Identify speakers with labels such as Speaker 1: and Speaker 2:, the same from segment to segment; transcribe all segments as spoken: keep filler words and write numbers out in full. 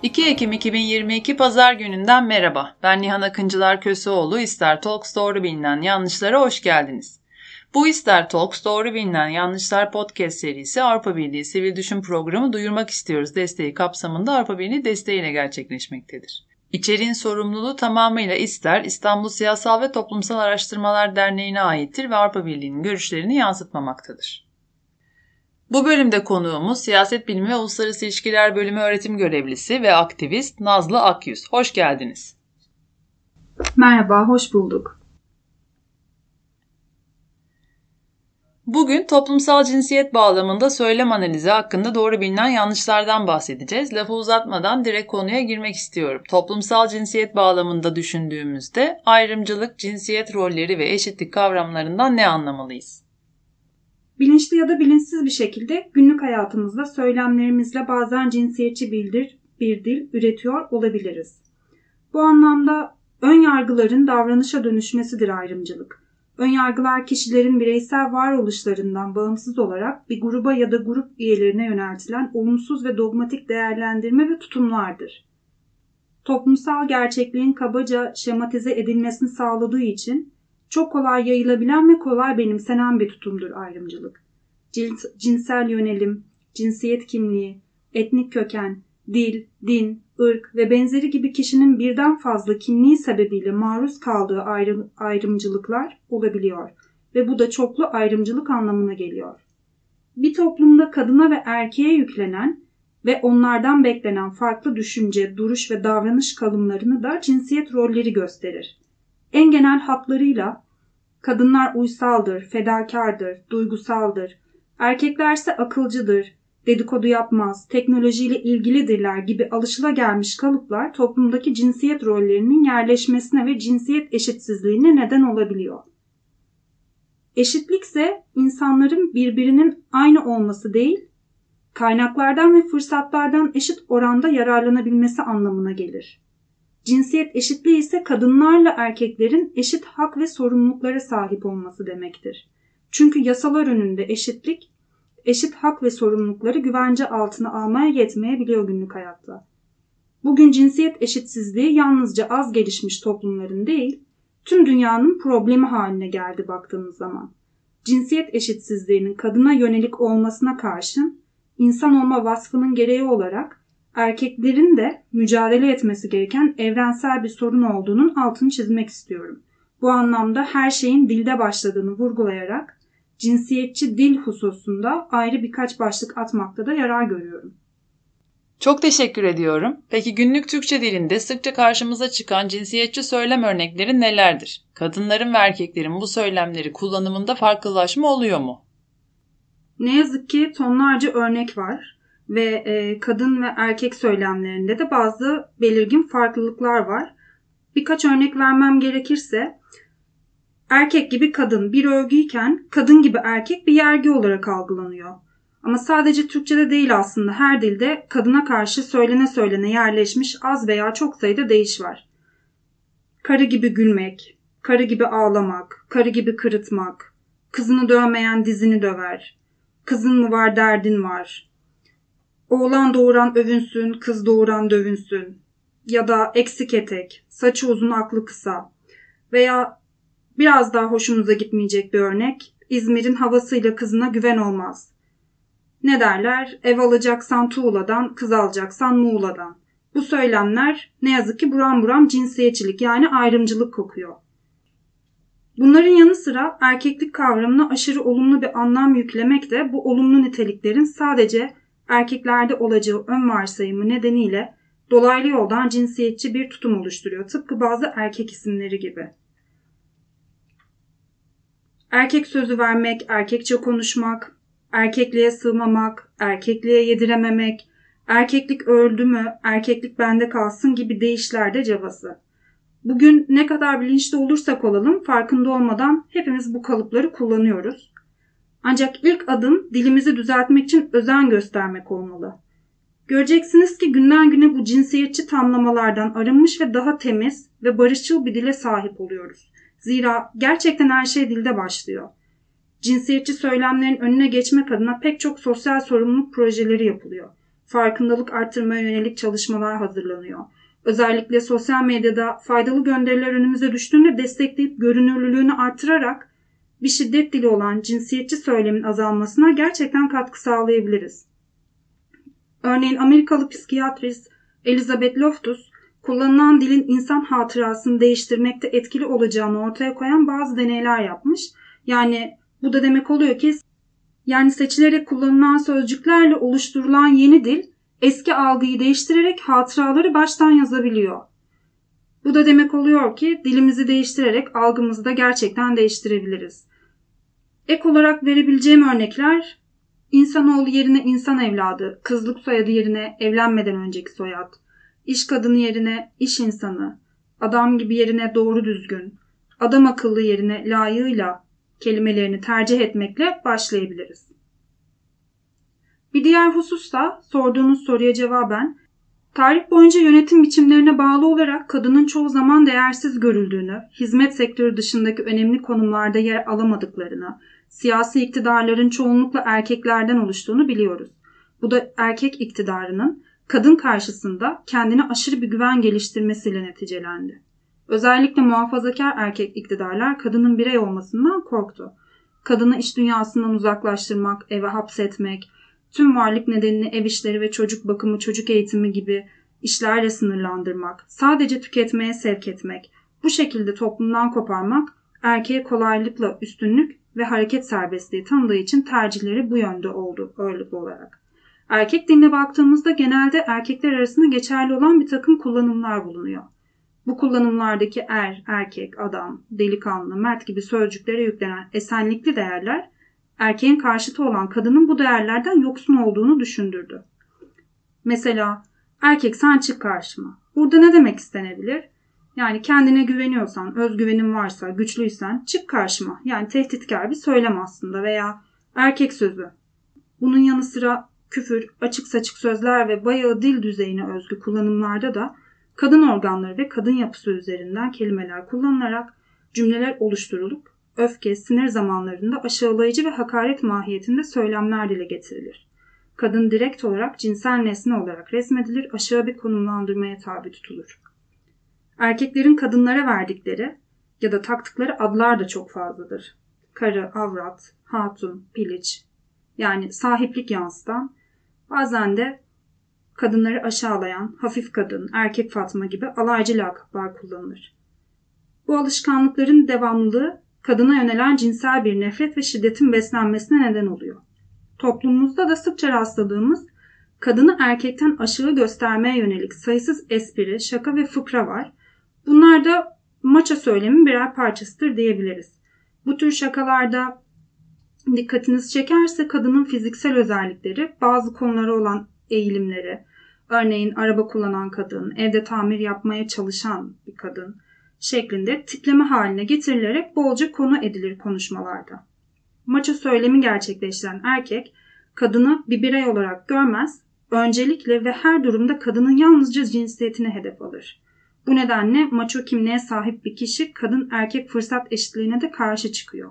Speaker 1: iki Ekim iki bin yirmi iki Pazar gününden merhaba. Ben Nihan Akıncılar Köseoğlu. İster Talks Doğru Bilinen Yanlışlara hoş geldiniz. Bu İster Talks Doğru Bilinen Yanlışlar podcast serisi Avrupa Birliği Sivil Düşün Programı Duyurmak İstiyoruz desteği kapsamında Avrupa Birliği desteğiyle gerçekleşmektedir. İçeriğin sorumluluğu tamamıyla İster, İstanbul Siyasal ve Toplumsal Araştırmalar Derneği'ne aittir ve Avrupa Birliği'nin görüşlerini yansıtmamaktadır. Bu bölümde konuğumuz Siyaset Bilimi ve Uluslararası İlişkiler Bölümü öğretim görevlisi ve aktivist Nazlı Akyüz. Hoş geldiniz.
Speaker 2: Merhaba, hoş bulduk.
Speaker 1: Bugün toplumsal cinsiyet bağlamında söylem analizi hakkında doğru bilinen yanlışlardan bahsedeceğiz. Lafı uzatmadan direkt konuya girmek istiyorum. Toplumsal cinsiyet bağlamında düşündüğümüzde ayrımcılık, cinsiyet rolleri ve eşitlik kavramlarından ne anlamalıyız?
Speaker 2: Bilinçli ya da bilinçsiz bir şekilde günlük hayatımızda söylemlerimizle bazen cinsiyetçi bildir, bir dil üretiyor olabiliriz. Bu anlamda ön yargıların davranışa dönüşmesidir ayrımcılık. Ön yargılar kişilerin bireysel varoluşlarından bağımsız olarak bir gruba ya da grup üyelerine yöneltilen olumsuz ve dogmatik değerlendirme ve tutumlardır. Toplumsal gerçekliğin kabaca şematize edilmesini sağladığı için çok kolay yayılabilen ve kolay benimsenen bir tutumdur ayrımcılık. Cins, cinsel yönelim, cinsiyet kimliği, etnik köken, dil, din, ırk ve benzeri gibi kişinin birden fazla kimliği sebebiyle maruz kaldığı ayrım, ayrımcılıklar olabiliyor ve bu da çoklu ayrımcılık anlamına geliyor. Bir toplumda kadına ve erkeğe yüklenen ve onlardan beklenen farklı düşünce, duruş ve davranış kalımlarını da cinsiyet rolleri gösterir. En genel hatlarıyla kadınlar uysaldır, fedakardır, duygusaldır, erkeklerse akılcıdır, dedikodu yapmaz, teknolojiyle ilgilidirler gibi alışılagelmiş kalıplar toplumdaki cinsiyet rollerinin yerleşmesine ve cinsiyet eşitsizliğine neden olabiliyor. Eşitlikse insanların birbirinin aynı olması değil, kaynaklardan ve fırsatlardan eşit oranda yararlanabilmesi anlamına gelir. Cinsiyet eşitliği ise kadınlarla erkeklerin eşit hak ve sorumluluklara sahip olması demektir. Çünkü yasalar önünde eşitlik, eşit hak ve sorumlulukları güvence altına almaya yetmeyebiliyor günlük hayatta. Bugün cinsiyet eşitsizliği yalnızca az gelişmiş toplumların değil, tüm dünyanın problemi haline geldi baktığımız zaman. Cinsiyet eşitsizliğinin kadına yönelik olmasına karşın, insan olma vasfının gereği olarak erkeklerin de mücadele etmesi gereken evrensel bir sorun olduğunun altını çizmek istiyorum. Bu anlamda her şeyin dilde başladığını vurgulayarak cinsiyetçi dil hususunda ayrı birkaç başlık atmakta da yarar görüyorum.
Speaker 1: Çok teşekkür ediyorum. Peki günlük Türkçe dilinde sıkça karşımıza çıkan cinsiyetçi söylem örnekleri nelerdir? Kadınların ve erkeklerin bu söylemleri kullanımında farklılaşma oluyor mu?
Speaker 2: Ne yazık ki tonlarca örnek var ve e, kadın ve erkek söylemlerinde de bazı belirgin farklılıklar var. Birkaç örnek vermem gerekirse, erkek gibi kadın bir övgüyken kadın gibi erkek bir yergi olarak algılanıyor. Ama sadece Türkçe'de değil aslında her dilde kadına karşı söylene söylene yerleşmiş az veya çok sayıda deyiş var. Karı gibi gülmek, karı gibi ağlamak, karı gibi kırıtmak, kızını dövmeyen dizini döver, kızın mı var derdin var, oğlan doğuran övünsün, kız doğuran dövünsün ya da eksik etek, saçı uzun aklı kısa veya biraz daha hoşumuza gitmeyecek bir örnek, İzmir'in havasıyla kızına güven olmaz. Ne derler? Ev alacaksan tuğladan, kız alacaksan Muğla'dan. Bu söylemler ne yazık ki buram buram cinsiyetçilik yani ayrımcılık kokuyor. Bunların yanı sıra erkeklik kavramına aşırı olumlu bir anlam yüklemek de bu olumlu niteliklerin sadece erkeklerde olacağı ön varsayımı nedeniyle dolaylı yoldan cinsiyetçi bir tutum oluşturuyor. Tıpkı bazı erkek isimleri gibi. Erkek sözü vermek, erkekçe konuşmak, erkekliğe sığmamak, erkekliğe yedirememek, erkeklik öldü mü, erkeklik bende kalsın gibi deyişler de cabası. Bugün ne kadar bilinçli olursak olalım farkında olmadan hepimiz bu kalıpları kullanıyoruz. Ancak ilk adım dilimizi düzeltmek için özen göstermek olmalı. Göreceksiniz ki günden güne bu cinsiyetçi tamlamalardan arınmış ve daha temiz ve barışçıl bir dile sahip oluyoruz. Zira gerçekten her şey dilde başlıyor. Cinsiyetçi söylemlerin önüne geçmek adına pek çok sosyal sorumluluk projeleri yapılıyor. farkındalık arttırmaya yönelik çalışmalar hazırlanıyor. Özellikle sosyal medyada faydalı gönderiler önümüze düştüğünde destekleyip görünürlülüğünü artırarak bir şiddet dili olan cinsiyetçi söylemin azalmasına gerçekten katkı sağlayabiliriz. Örneğin Amerikalı psikiyatrist Elizabeth Loftus, kullanılan dilin insan hatırasını değiştirmekte etkili olacağını ortaya koyan bazı deneyler yapmış. Yani bu da demek oluyor ki yani seçilerek kullanılan sözcüklerle oluşturulan yeni dil eski algıyı değiştirerek hatıraları baştan yazabiliyor. Bu da demek oluyor ki dilimizi değiştirerek algımızı da gerçekten değiştirebiliriz. Ek olarak verebileceğim örnekler insanoğlu yerine insan evladı, kızlık soyadı yerine evlenmeden önceki soyad, iş kadını yerine iş insanı, adam gibi yerine doğru düzgün, adam akıllı yerine layığıyla kelimelerini tercih etmekle başlayabiliriz. Bir diğer husus da sorduğunuz soruya cevaben, tarih boyunca yönetim biçimlerine bağlı olarak kadının çoğu zaman değersiz görüldüğünü, hizmet sektörü dışındaki önemli konumlarda yer alamadıklarını, siyasi iktidarların çoğunlukla erkeklerden oluştuğunu biliyoruz. Bu da erkek iktidarının kadın karşısında kendine aşırı bir güven geliştirmesiyle neticelendi. Özellikle muhafazakar erkek iktidarlar kadının birey olmasından korktu. Kadını iş dünyasından uzaklaştırmak, eve hapsetmek, tüm varlık nedenini ev işleri ve çocuk bakımı, çocuk eğitimi gibi işlerle sınırlandırmak, sadece tüketmeye sevk etmek, bu şekilde toplumdan koparmak, erkeğe kolaylıkla üstünlük ve hareket serbestliği tanıdığı için tercihleri bu yönde oldu ağırlıklı olarak. Erkek diline baktığımızda genelde erkekler arasında geçerli olan bir takım kullanımlar bulunuyor. Bu kullanımlardaki er, erkek, adam, delikanlı, mert gibi sözcüklere yüklenen esenlikli değerler, erkeğin karşıtı olan kadının bu değerlerden yoksun olduğunu düşündürdü. Mesela, erkek sen çık karşıma. Burada ne demek istenebilir? Yani kendine güveniyorsan, özgüvenin varsa, güçlüysen çık karşıma. Yani tehditkar bir söylem aslında veya erkek sözü. Bunun yanı sıra küfür, açık saçık sözler ve bayağı dil düzeyine özgü kullanımlarda da kadın organları ve kadın yapısı üzerinden kelimeler kullanılarak cümleler oluşturulup öfke, sinir zamanlarında aşağılayıcı ve hakaret mahiyetinde söylemler dile getirilir. Kadın direkt olarak cinsel nesne olarak resmedilir, aşağı bir konumlandırmaya tabi tutulur. Erkeklerin kadınlara verdikleri ya da taktıkları adlar da çok fazladır. Karı, avrat, hatun, piliç, yani sahiplik yansıtan, bazen de kadınları aşağılayan, hafif kadın, erkek Fatma gibi alaycı lakaplar kullanılır. Bu alışkanlıkların devamlılığı kadına yönelen cinsel bir nefret ve şiddetin beslenmesine neden oluyor. Toplumumuzda da sıkça rastladığımız kadını erkekten aşağı göstermeye yönelik sayısız espri, şaka ve fıkra var. Bunlar da maço söylemin birer parçasıdır diyebiliriz. Bu tür şakalarda dikkatinizi çekerse kadının fiziksel özellikleri, bazı konulara olan eğilimleri, örneğin araba kullanan kadın, evde tamir yapmaya çalışan bir kadın şeklinde tipleme haline getirilerek bolca konu edilir konuşmalarda. Maço söylemi gerçekleştiren erkek, kadını bir birey olarak görmez, öncelikle ve her durumda kadının yalnızca cinsiyetine hedef alır. Bu nedenle maço kimliğe sahip bir kişi kadın erkek fırsat eşitliğine de karşı çıkıyor.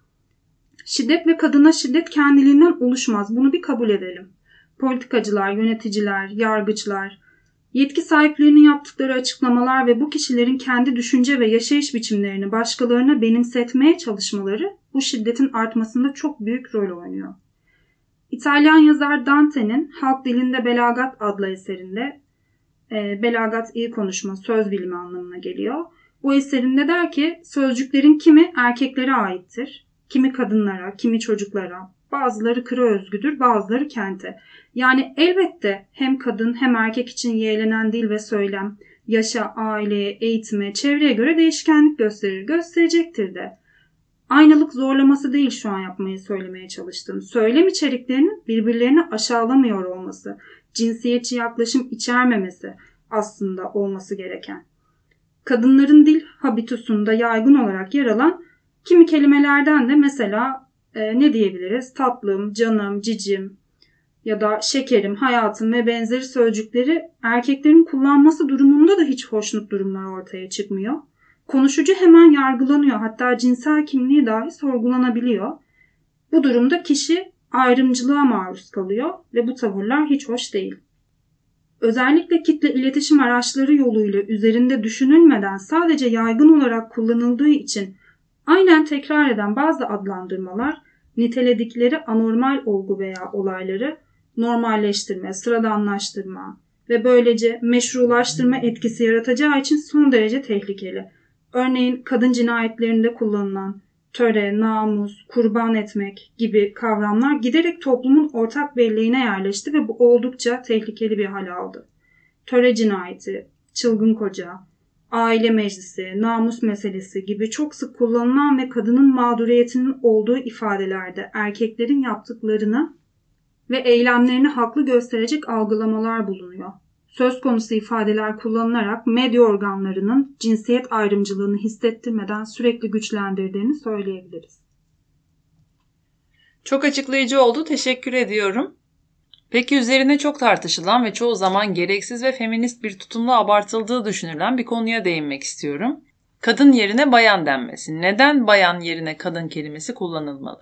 Speaker 2: Şiddet ve kadına şiddet kendiliğinden oluşmaz. Bunu bir kabul edelim. Politikacılar, yöneticiler, yargıçlar, yetki sahiplerinin yaptıkları açıklamalar ve bu kişilerin kendi düşünce ve yaşayış biçimlerini başkalarına benimsetmeye çalışmaları bu şiddetin artmasında çok büyük rol oynuyor. İtalyan yazar Dante'nin Halk Dilinde Belagat adlı eserinde, e, belagat iyi konuşma, söz bilimi anlamına geliyor. Bu eserinde der ki sözcüklerin kimi erkeklere aittir, kimi kadınlara, kimi çocuklara, bazıları kıra özgüdür, bazıları kente. Yani elbette hem kadın hem erkek için yeğlenen dil ve söylem, yaşa, aileye, eğitime, çevreye göre değişkenlik gösterir, gösterecektir de. Aynalık zorlaması değil şu an yapmayı söylemeye çalıştım. Söylem içeriklerinin birbirlerini aşağılamıyor olması, cinsiyetçi yaklaşım içermemesi aslında olması gereken. Kadınların dil habitusunda yaygın olarak yer alan kimi kelimelerden de mesela e, ne diyebiliriz? Tatlım, canım, cicim ya da şekerim, hayatım ve benzeri sözcükleri erkeklerin kullanması durumunda da hiç hoşnut durumlar ortaya çıkmıyor. Konuşucu hemen yargılanıyor, hatta cinsel kimliği dahi sorgulanabiliyor. Bu durumda kişi ayrımcılığa maruz kalıyor ve bu tavırlar hiç hoş değil. Özellikle kitle iletişim araçları yoluyla üzerinde düşünülmeden sadece yaygın olarak kullanıldığı için aynen tekrar eden bazı adlandırmalar niteledikleri anormal olgu veya olayları normalleştirme, sıradanlaştırma ve böylece meşrulaştırma etkisi yaratacağı için son derece tehlikeli. Örneğin kadın cinayetlerinde kullanılan töre, namus, kurban etmek gibi kavramlar giderek toplumun ortak belleğine yerleşti ve bu oldukça tehlikeli bir hal aldı. Töre cinayeti, çılgın koca, aile meclisi, namus meselesi gibi çok sık kullanılan ve kadının mağduriyetinin olduğu ifadelerde erkeklerin yaptıklarını ve eylemlerini haklı gösterecek algılamalar bulunuyor. Söz konusu ifadeler kullanılarak medya organlarının cinsiyet ayrımcılığını hissettirmeden sürekli güçlendirdiğini söyleyebiliriz.
Speaker 1: Çok açıklayıcı oldu. Teşekkür ediyorum. Peki üzerine çok tartışılan ve çoğu zaman gereksiz ve feminist bir tutumla abartıldığı düşünülen bir konuya değinmek istiyorum. Kadın yerine bayan denmesi. Neden bayan yerine kadın kelimesi kullanılmalı?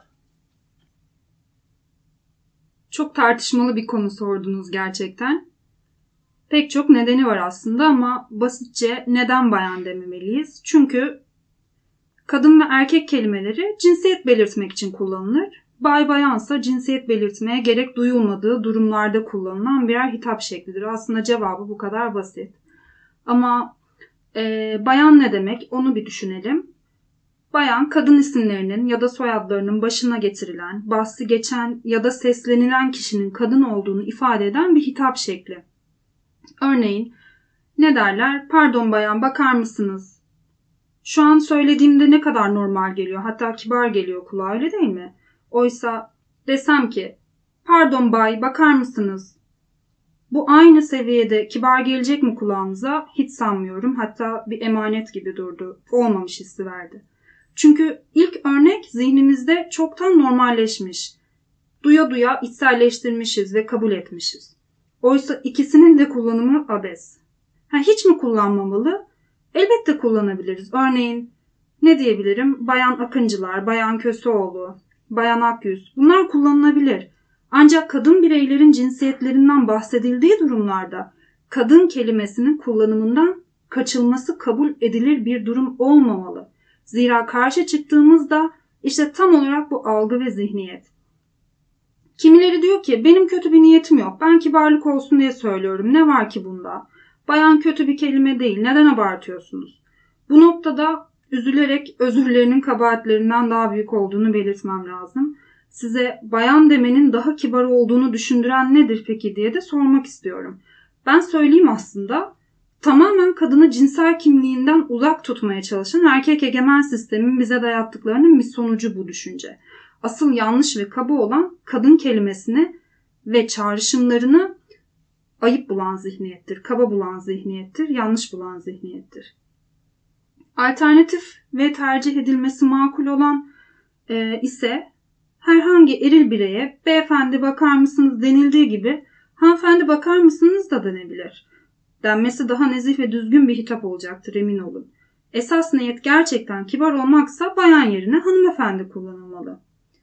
Speaker 2: Çok tartışmalı bir konu sordunuz gerçekten. Pek çok nedeni var aslında ama basitçe neden bayan dememeliyiz? Çünkü kadın ve erkek kelimeleri cinsiyet belirtmek için kullanılır. Bay bayansa cinsiyet belirtmeye gerek duyulmadığı durumlarda kullanılan birer hitap şeklidir. Aslında cevabı bu kadar basit. Ama e, bayan ne demek onu bir düşünelim. Bayan kadın isimlerinin ya da soyadlarının başına getirilen, bahsi geçen ya da seslenilen kişinin kadın olduğunu ifade eden bir hitap şekli. Örneğin ne derler? Pardon bayan bakar mısınız? Şu an söylediğimde ne kadar normal geliyor, hatta kibar geliyor kulağa, öyle değil mi? Oysa desem ki pardon bay bakar mısınız? Bu aynı seviyede kibar gelecek mi kulağınıza? Hiç sanmıyorum. Hatta bir emanet gibi durdu. Olmamış hissi verdi. Çünkü ilk örnek zihnimizde çoktan normalleşmiş. Duya duya içselleştirmişiz ve kabul etmişiz. Oysa ikisinin de kullanımı abes. Ha, hiç mi kullanmamalı? Elbette kullanabiliriz. Örneğin ne diyebilirim? Bayan Akıncılar, Bayan Köseoğlu, Bayan Akyüz. Bunlar kullanılabilir. Ancak kadın bireylerin cinsiyetlerinden bahsedildiği durumlarda kadın kelimesinin kullanımından kaçılması kabul edilir bir durum olmamalı. Zira karşı çıktığımızda işte tam olarak bu algı ve zihniyet. Kimileri diyor ki benim kötü bir niyetim yok. Ben kibarlık olsun diye söylüyorum. Ne var ki bunda? Bayan kötü bir kelime değil. Neden abartıyorsunuz? Bu noktada üzülerek özürlerinin kabahatlerinden daha büyük olduğunu belirtmem lazım. Size bayan demenin daha kibar olduğunu düşündüren nedir peki diye de sormak istiyorum. Ben söyleyeyim aslında. Tamamen kadını cinsel kimliğinden uzak tutmaya çalışan erkek egemen sistemin bize dayattıklarının bir sonucu bu düşünce. Asıl yanlış ve kaba olan kadın kelimesini ve çağrışımlarını ayıp bulan zihniyettir, kaba bulan zihniyettir, yanlış bulan zihniyettir. Alternatif ve tercih edilmesi makul olan e, ise herhangi eril bireye beyefendi bakar mısınız denildiği gibi hanımefendi bakar mısınız da denebilir. Denmesi daha nezih ve düzgün bir hitap olacaktır, emin olun. Esas niyet gerçekten kibar olmaksa bayan yerine hanımefendi kullanılmalı.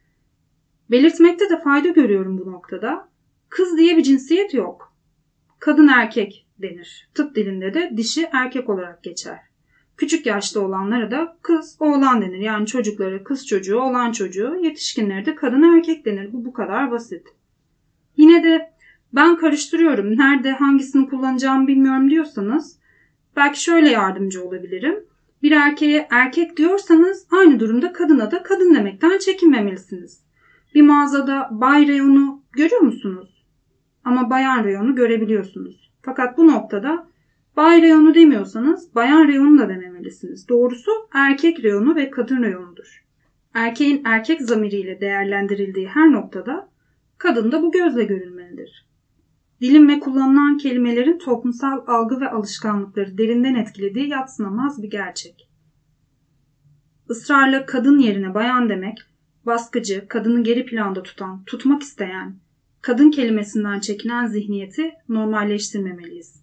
Speaker 2: Belirtmekte de fayda görüyorum bu noktada. Kız diye bir cinsiyet yok. Kadın erkek denir. Tıp dilinde de dişi erkek olarak geçer. Küçük yaşta olanlara da kız oğlan denir. Yani çocuklara kız çocuğu, oğlan çocuğu, yetişkinlere de kadın erkek denir. Bu bu kadar basit. Yine de ben karıştırıyorum, nerede hangisini kullanacağımı bilmiyorum diyorsanız belki şöyle yardımcı olabilirim. Bir erkeğe erkek diyorsanız aynı durumda kadına da kadın demekten çekinmemelisiniz. Bir mağazada bay reyonu görüyor musunuz? Ama bayan reyonu görebiliyorsunuz. Fakat bu noktada bay reyonu demiyorsanız bayan reyonu da dememelisiniz. Doğrusu erkek reyonu ve kadın reyonudur. Erkeğin erkek zamiriyle değerlendirildiği her noktada kadın da bu gözle görülmelidir. Dilin ve kullanılan kelimelerin toplumsal algı ve alışkanlıkları derinden etkilediği yadsınamaz bir gerçek. Israrla kadın yerine bayan demek, baskıcı, kadını geri planda tutan, tutmak isteyen, kadın kelimesinden çekinen zihniyeti normalleştirmemeliyiz.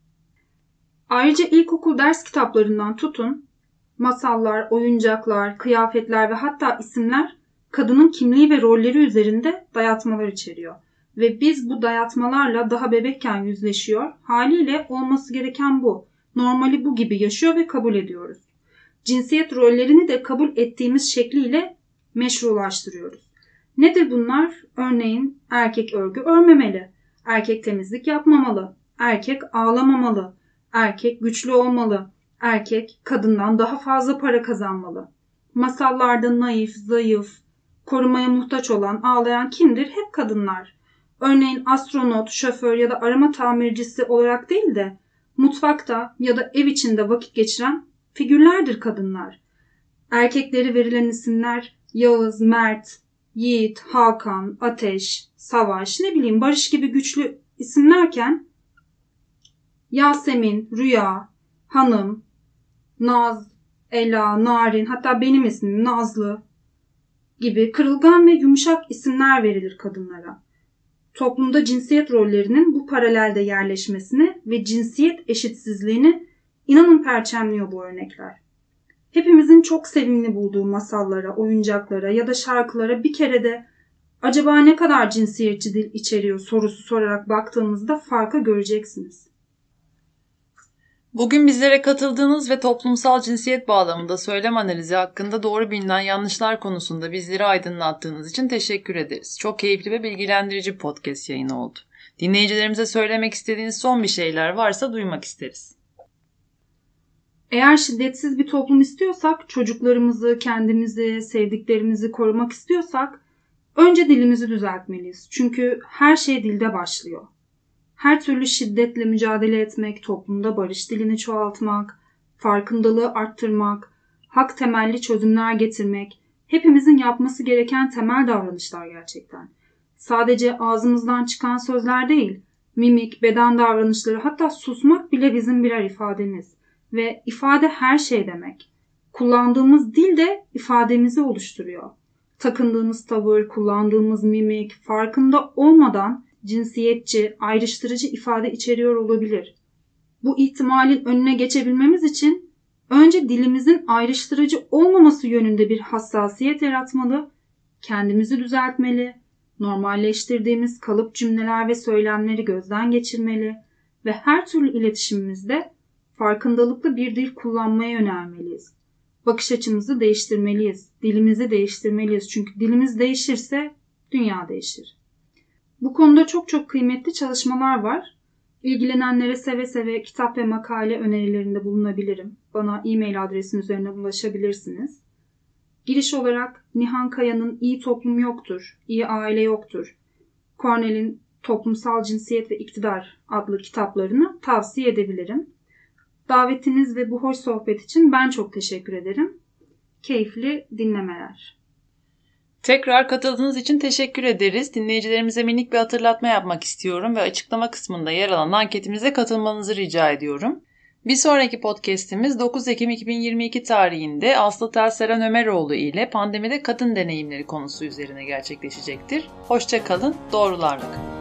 Speaker 2: Ayrıca ilkokul ders kitaplarından tutun, masallar, oyuncaklar, kıyafetler ve hatta isimler kadının kimliği ve rolleri üzerinde dayatmalar içeriyor. Ve biz bu dayatmalarla daha bebekken yüzleşiyor. Haliyle olması gereken bu. Normali bu gibi yaşıyor ve kabul ediyoruz. Cinsiyet rollerini de kabul ettiğimiz şekliyle meşrulaştırıyoruz. Nedir bunlar? Örneğin erkek örgü örmemeli, erkek temizlik yapmamalı, erkek ağlamamalı, erkek güçlü olmalı, erkek kadından daha fazla para kazanmalı. Masallarda naif, zayıf, korumaya muhtaç olan, ağlayan kimdir? Hep kadınlar. Örneğin astronot, şoför ya da arama tamircisi olarak değil de mutfakta ya da ev içinde vakit geçiren figürlerdir kadınlar. Erkekleri verilen isimler Yağız, Mert, Yiğit, Hakan, Ateş, Savaş, ne bileyim Barış gibi güçlü isimlerken Yasemin, Rüya, Hanım, Naz, Ela, Narin, hatta benim ismim Nazlı gibi kırılgan ve yumuşak isimler verilir kadınlara. Toplumda cinsiyet rollerinin bu paralelde yerleşmesini ve cinsiyet eşitsizliğini inanın perçemliyor bu örnekler. Hepimizin çok sevimli bulduğu masallara, oyuncaklara ya da şarkılara bir kere de acaba ne kadar cinsiyetçi dil içeriyor sorusu sorarak baktığımızda farkı göreceksiniz.
Speaker 1: Bugün bizlere katıldığınız ve toplumsal cinsiyet bağlamında söylem analizi hakkında doğru bilinen yanlışlar konusunda bizleri aydınlattığınız için teşekkür ederiz. Çok keyifli ve bilgilendirici podcast yayını oldu. Dinleyicilerimize söylemek istediğiniz son bir şeyler varsa duymak isteriz.
Speaker 2: Eğer şiddetsiz bir toplum istiyorsak, çocuklarımızı, kendimizi, sevdiklerimizi korumak istiyorsak önce dilimizi düzeltmeliyiz. Çünkü her şey dilde başlıyor. Her türlü şiddetle mücadele etmek, toplumda barış dilini çoğaltmak, farkındalığı arttırmak, hak temelli çözümler getirmek hepimizin yapması gereken temel davranışlar gerçekten. Sadece ağzımızdan çıkan sözler değil, mimik, beden davranışları, hatta susmak bile bizim birer ifademiz. Ve ifade her şey demek. Kullandığımız dil de ifademizi oluşturuyor. Takındığımız tavır, kullandığımız mimik, farkında olmadan cinsiyetçi, ayrıştırıcı ifade içeriyor olabilir. Bu ihtimalin önüne geçebilmemiz için önce dilimizin ayrıştırıcı olmaması yönünde bir hassasiyet yaratmalı, kendimizi düzeltmeli, normalleştirdiğimiz kalıp cümleler ve söylemleri gözden geçirmeli ve her türlü iletişimimizde farkındalıklı bir dil kullanmaya yönelmeliyiz. Bakış açımızı değiştirmeliyiz, dilimizi değiştirmeliyiz. Çünkü dilimiz değişirse dünya değişir. Bu konuda çok çok kıymetli çalışmalar var. İlgilenenlere seve seve kitap ve makale önerilerinde bulunabilirim. Bana e-mail adresim üzerinden ulaşabilirsiniz. Giriş olarak Nihan Kaya'nın İyi Toplum Yoktur, İyi Aile Yoktur, Cornell'in Toplumsal Cinsiyet ve İktidar adlı kitaplarını tavsiye edebilirim. Davetiniz ve bu hoş sohbet için ben çok teşekkür ederim. Keyifli dinlemeler.
Speaker 1: Tekrar katıldığınız için teşekkür ederiz. Dinleyicilerimize minik bir hatırlatma yapmak istiyorum ve açıklama kısmında yer alan anketimize katılmanızı rica ediyorum. Bir sonraki podcast'imiz dokuz Ekim iki bin yirmi iki tarihinde Aslı Telseren Ömeroğlu ile pandemide kadın deneyimleri konusu üzerine gerçekleşecektir. Hoşça kalın, doğrularla kalın.